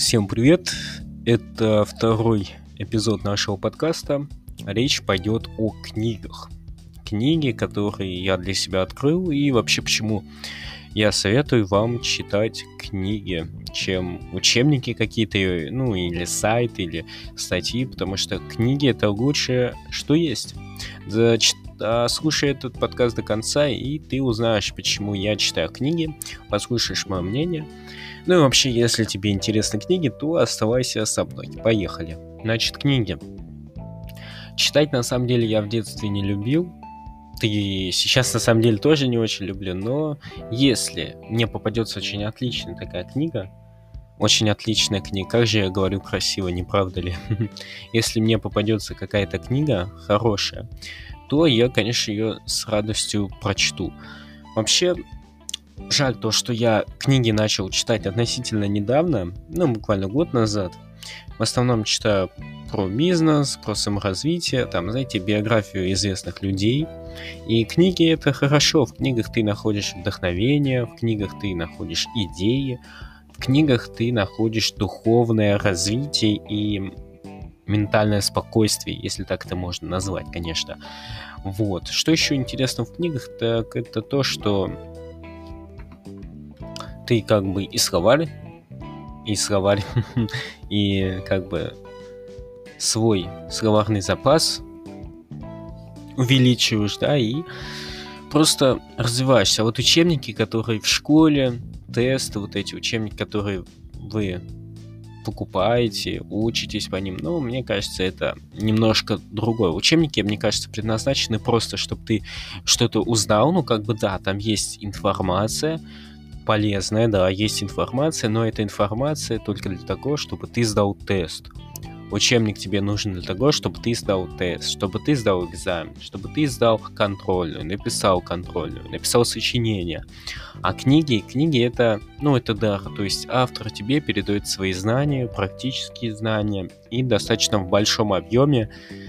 Всем привет! Это второй эпизод нашего подкаста. Речь пойдет о книгах. Книги, которые я для себя открыл, и вообще почему я советую вам читать книги, чем учебники какие-то, или сайты, или статьи, потому что книги — это лучшее, что есть. Слушай этот подкаст до конца, и ты узнаешь, почему я читаю книги, послушаешь мое мнение. Ну и вообще, если тебе интересны книги, то оставайся со мной. Поехали. Значит, книги. Читать, на самом деле, я в детстве не любил. И сейчас, на самом деле, тоже не очень люблю. Но если мне попадется очень отличная такая книга, очень отличная книга, как же я говорю красиво, не правда ли? Если мне попадется какая-то книга хорошая, то я, конечно, ее с радостью прочту. Вообще, жаль то, что я книги начал читать относительно недавно, буквально год назад. В основном читаю про бизнес, про саморазвитие, биографию известных людей. И книги — это хорошо. В книгах ты находишь вдохновение, в книгах ты находишь идеи, в книгах ты находишь духовное развитие и ментальное спокойствие, если так это можно назвать, конечно. Вот. Что еще интересно в книгах, так это то, что ты как бы и словарь, и как бы свой словарный запас увеличиваешь, да, и просто развиваешься. А вот учебники, которые в школе, тесты, вот эти учебники, которые вы покупаете, учитесь по ним, мне кажется, это немножко другое. Учебники, мне кажется, предназначены просто, чтобы ты что-то узнал, там есть информация полезная, да, есть информация, но эта информация только для того, чтобы ты сдал тест. Учебник тебе нужен для того, чтобы ты сдал тест, чтобы ты сдал экзамен, чтобы ты сдал контрольную, написал сочинение. А книги это дар, то есть автор тебе передает свои знания, практические знания, и достаточно в большом объеме.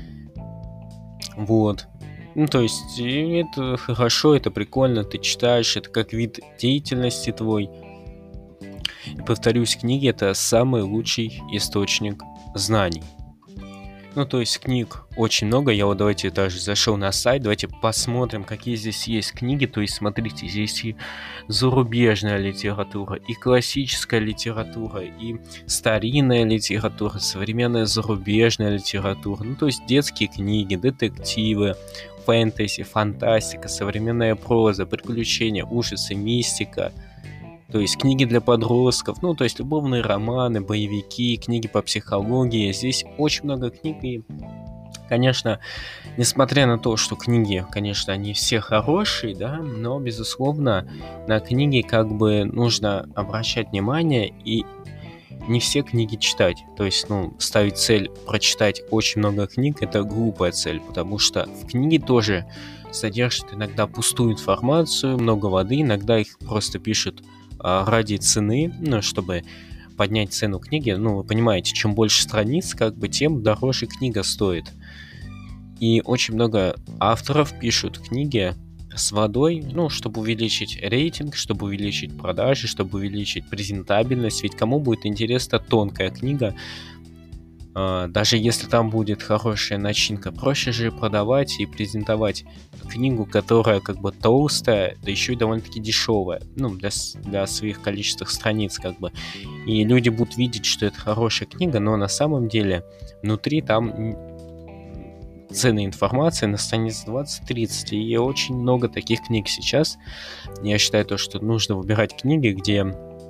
Вот. То есть это хорошо, это прикольно, ты читаешь, это как вид деятельности твой. И повторюсь, книги — это самый лучший источник знаний. То есть книг очень много. Я давайте даже зашел на сайт, давайте посмотрим, какие здесь есть книги. То есть смотрите, здесь и зарубежная литература, и классическая литература, и старинная литература, современная зарубежная литература. То есть детские книги, детективы, фэнтези, фантастика, современная проза, приключения, ужасы, мистика. То есть книги для подростков, то есть любовные романы, боевики, книги по психологии. Здесь очень много книг, и, конечно, несмотря на то, что книги, конечно, они все хорошие, да, но, безусловно, на книги нужно обращать внимание и не все книги читать. То есть, ставить цель прочитать очень много книг — это глупая цель, потому что в книге тоже содержат иногда пустую информацию, много воды, иногда их просто пишут ради цены, чтобы поднять цену книги. Вы понимаете, чем больше страниц, тем дороже книга стоит. И очень много авторов пишут книги с водой, чтобы увеличить рейтинг, чтобы увеличить продажи, чтобы увеличить презентабельность. Ведь кому будет интересна тонкая книга, даже если там будет хорошая начинка? Проще же продавать и презентовать книгу, которая толстая, да еще и довольно-таки дешевая, для своих количественных страниц, И люди будут видеть, что это хорошая книга, но на самом деле внутри там ценная информация на странице 20-30, и очень много таких книг сейчас. Я считаю что нужно выбирать книги, где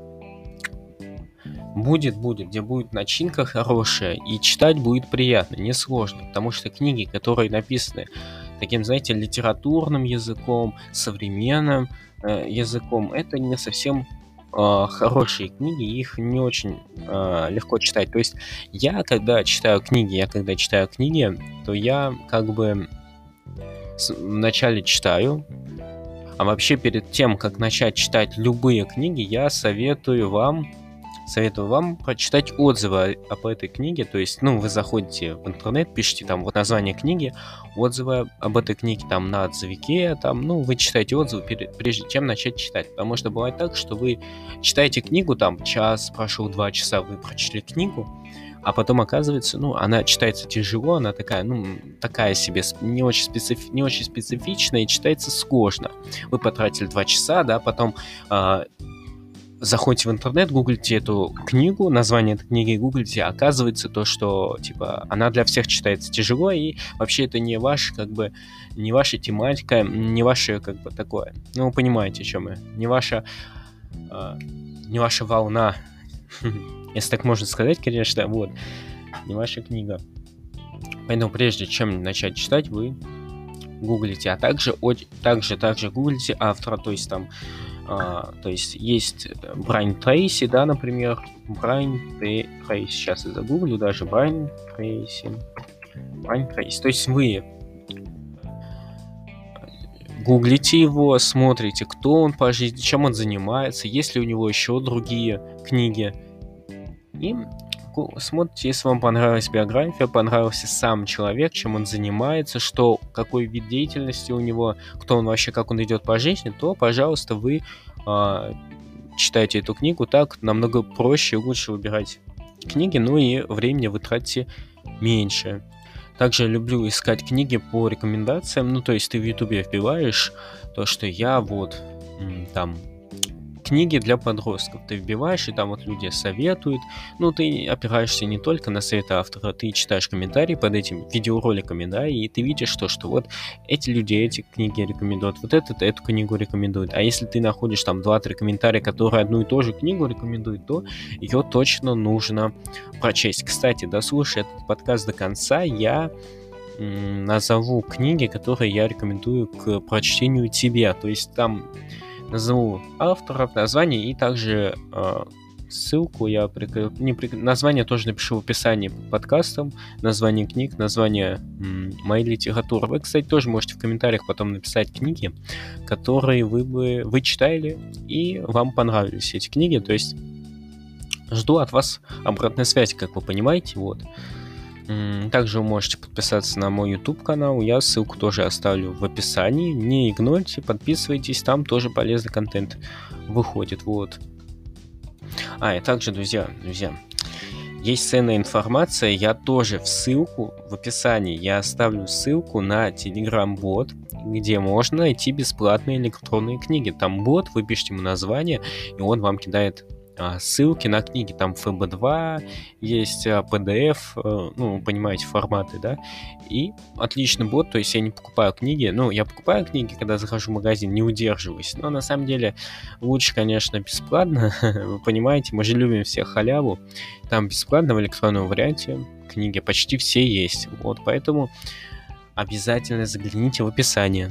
где будет начинка хорошая, и читать будет приятно, несложно, потому что книги, которые написаны таким, литературным языком, современным языком, это не совсем хорошие книги, их не очень легко читать. То есть я когда читаю книги, то я вначале читаю, а вообще перед тем, как начать читать любые книги, я советую вам советую вам прочитать отзывы об этой книге. То есть, ну, вы заходите в интернет, пишите там вот название книги, отзывы об этой книге там на отзывике, там, ну, вы читаете отзывы прежде чем начать читать. Потому что бывает так, что вы читаете книгу, там, час прошел, 2 часа, вы прочли книгу, а потом оказывается, ну, она читается тяжело, она такая, ну, такая себе, не очень специфичная и читается сложно. Вы потратили 2 часа, да, потом заходите в интернет, гуглите эту книгу, название этой книги гуглите, оказывается то, что, типа, она для всех читается тяжело, и вообще это не ваш, как бы, не ваша тематика, не ваше, как бы, такое. Ну, вы понимаете, о чем я. Не ваша волна. Если так можно сказать, конечно, вот. Не ваша книга. Поэтому прежде чем начать читать, вы гуглите, а также гуглите автора, то есть там, то есть есть Брайан Трейси, да, например, Брайан Трейси, сейчас я загуглю даже, Брайан Трейси, то есть вы гуглите его, смотрите, кто он по жизни, чем он занимается, есть ли у него еще другие книги, и смотрите, если вам понравилась биография, понравился сам человек, чем он занимается, какой вид деятельности у него, кто он вообще, как он идет по жизни, то, пожалуйста, вы читайте эту книгу, так намного проще и лучше выбирать книги, ну и времени вы тратите меньше. Также люблю искать книги по рекомендациям, ну то есть ты в Ютубе вбиваешь то, что я вот там книги для подростков. Ты вбиваешь, и там вот люди советуют. Ну, ты опираешься не только на советы автора, ты читаешь комментарии под этими видеороликами, да, и ты видишь что вот эти люди эти книги рекомендуют, вот эту книгу рекомендуют. А если ты находишь там 2-3 комментария, которые одну и ту же книгу рекомендуют, то ее точно нужно прочесть. Кстати, дослушай этот подкаст до конца, я назову книги, которые я рекомендую к прочтению тебе. То есть там назову авторов, название и также ссылку я название тоже напишу в описании под подкастом, название книг, название моей литературы. Вы, кстати, тоже можете в комментариях потом написать книги, которые вы читали и вам понравились эти книги. То есть жду от вас обратной связи, как вы понимаете, вот. Также вы можете подписаться на мой YouTube канал, я ссылку тоже оставлю в описании. Не игнорьте, подписывайтесь, там тоже полезный контент выходит, вот. И также, друзья, есть ценная информация, я тоже в описании я оставлю ссылку на Telegram-бот, где можно найти бесплатные электронные книги. Там бот, вы пишете ему название, и он вам кидает ссылки на книги, там FB2, есть PDF, ну, понимаете, форматы, да, и отличный бот, то есть я не покупаю книги, ну, я покупаю книги, когда захожу в магазин, не удерживаюсь, но на самом деле лучше, конечно, бесплатно, вы понимаете, мы же любим все халяву, там бесплатно в электронном варианте книги почти все есть, вот, поэтому обязательно загляните в описание.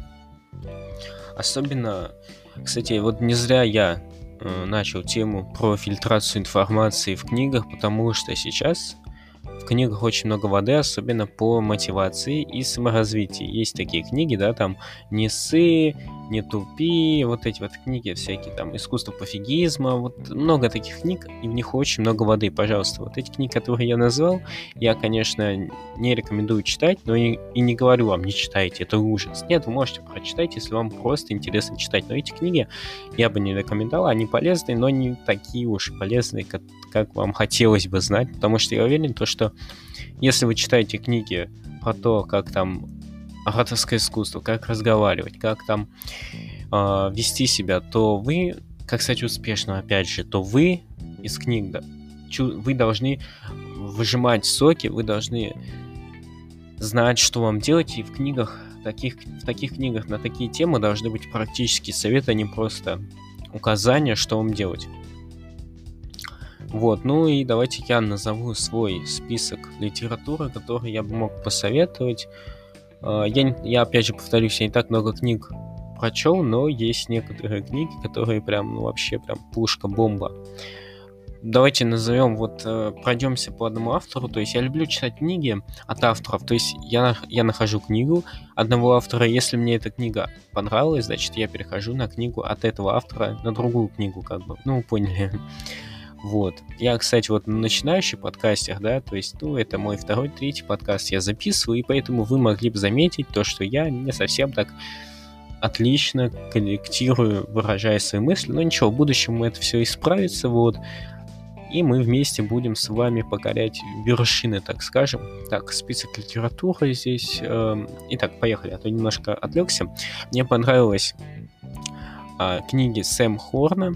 Особенно, кстати, вот не зря я начал тему про фильтрацию информации в книгах, потому что сейчас в книгах очень много воды, особенно по мотивации и саморазвитию. Есть такие книги, да, там «Не ссы», «Не тупи», вот эти вот книги всякие, там «Искусство пофигизма», вот много таких книг, и в них очень много воды, пожалуйста. Вот эти книги, которые я назвал, я, конечно, не рекомендую читать, но и не говорю вам, не читайте, это ужас. Нет, вы можете прочитать, если вам просто интересно читать, но эти книги я бы не рекомендовал, они полезные, но не такие уж полезные, как вам хотелось бы знать, потому что я уверен, что если вы читаете книги про то, как там ораторское искусство, как разговаривать, как там вести себя, то вы, как стать успешным, опять же, то вы из книг, да, вы должны выжимать соки, вы должны знать, что вам делать, и в таких книгах на такие темы должны быть практические советы, а не просто указания, что вам делать. Вот, ну и давайте я назову свой список литературы, который я бы мог посоветовать. Я опять же повторюсь, я не так много книг прочел, но есть некоторые книги, которые прям, ну вообще прям пушка-бомба. Давайте назовем, пройдемся по одному автору. То есть я люблю читать книги от авторов. То есть я нахожу книгу одного автора. Если мне эта книга понравилась, значит я перехожу на книгу от этого автора на другую книгу, как бы. Ну, вы поняли. Вот. Я, кстати, вот на начинающих подкастах, да, то есть, ну, это мой второй, третий подкаст я записываю, и поэтому вы могли бы заметить то, что я не совсем так отлично коллектирую, выражая свои мысли, но ничего, в будущем это все исправится, вот, и мы вместе будем с вами покорять вершины, так скажем. Так, список литературы здесь. Итак, поехали, а то немножко отвлекся. Мне понравилась книги Сэм Хорна.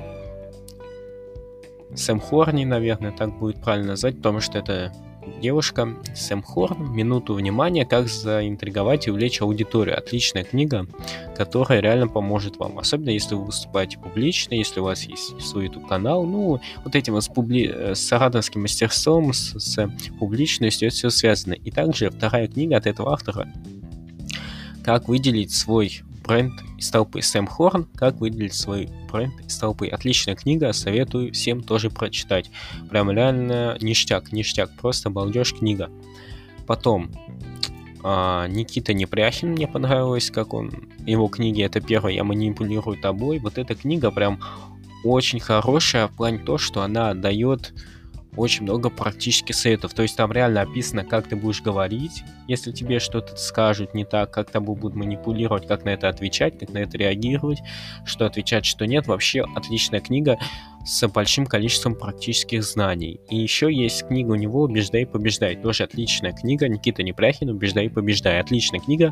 Сэм Хорни, наверное, так будет правильно назвать, потому что это девушка. Сэм Хорн. «Минуту внимания. Как заинтриговать и увлечь аудиторию». Отличная книга, которая реально поможет вам. Особенно, если вы выступаете публично, если у вас есть свой YouTube-канал. Ну, вот этим вот с ораторским мастерством, с публичностью, это все связано. И также вторая книга от этого автора. «Как выделить свой бренд из толпы». Сэм Хорн «Как выделить свой бренд из толпы». Отличная книга, советую всем тоже прочитать. Прям реально ништяк, просто балдеж книга. Потом Никита Непряхин, мне понравилось, как он, его книги, это первое «Я манипулирую тобой». Вот эта книга прям очень хорошая в плане того, что она дает очень много практических советов. То есть там реально описано, как ты будешь говорить, если тебе что-то скажут не так, как тобой будут манипулировать, как на это отвечать, как на это реагировать, что отвечать, что нет. Вообще отличная книга с большим количеством практических знаний. И еще есть книга у него «Убеждай и побеждай». Тоже отличная книга. Никита Непряхин «Убеждай и побеждай». Отличная книга.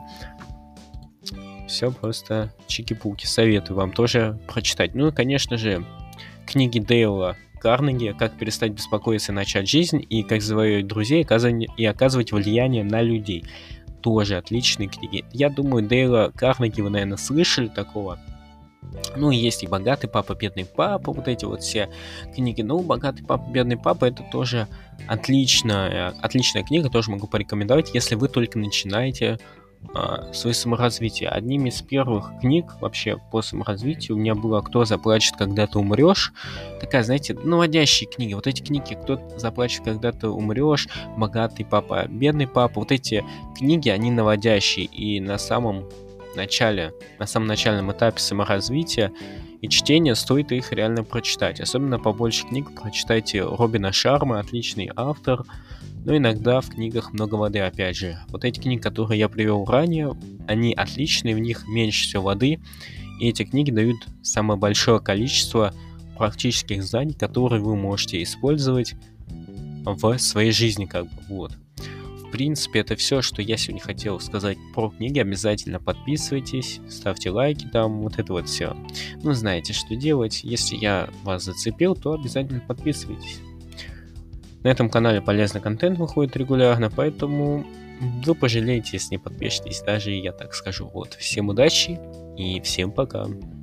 Все просто чики-пуки. Советую вам тоже прочитать. Ну и, конечно же, книги Дейла Карнеги «Как перестать беспокоиться и начать жизнь» и «Как завоевать друзей и оказывать влияние на людей». Тоже отличные книги. Я думаю, Дейла Карнеги вы, наверное, слышали такого. Ну, есть и «Богатый папа, бедный папа», вот эти вот все книги. Ну, «Богатый папа, бедный папа» — это тоже отличная книга, тоже могу порекомендовать, если вы только начинаете свое саморазвитие. Одним из первых книг вообще по саморазвитию у меня было «Кто заплачет, когда ты умрешь». Такая, знаете, наводящие книги. Вот эти книги «Кто заплачет, когда ты умрешь», «Богатый папа, бедный папа». Вот эти книги, они наводящие. И на самом начальном этапе саморазвития и чтения стоит их реально прочитать. Особенно побольше книг прочитайте Робина Шарма, отличный автор. Но иногда в книгах много воды, опять же. Вот эти книги, которые я привел ранее, они отличные, в них меньше всего воды. И эти книги дают самое большое количество практических знаний, которые вы можете использовать в своей жизни, как бы, вот. В принципе, это все, что я сегодня хотел сказать про книги. Обязательно подписывайтесь, ставьте лайки, там, вот это вот все. Ну, знаете, что делать. Если я вас зацепил, то обязательно подписывайтесь. На этом канале полезный контент выходит регулярно, поэтому вы пожалеете, если не подпишетесь, даже я так скажу. Вот, всем удачи и всем пока.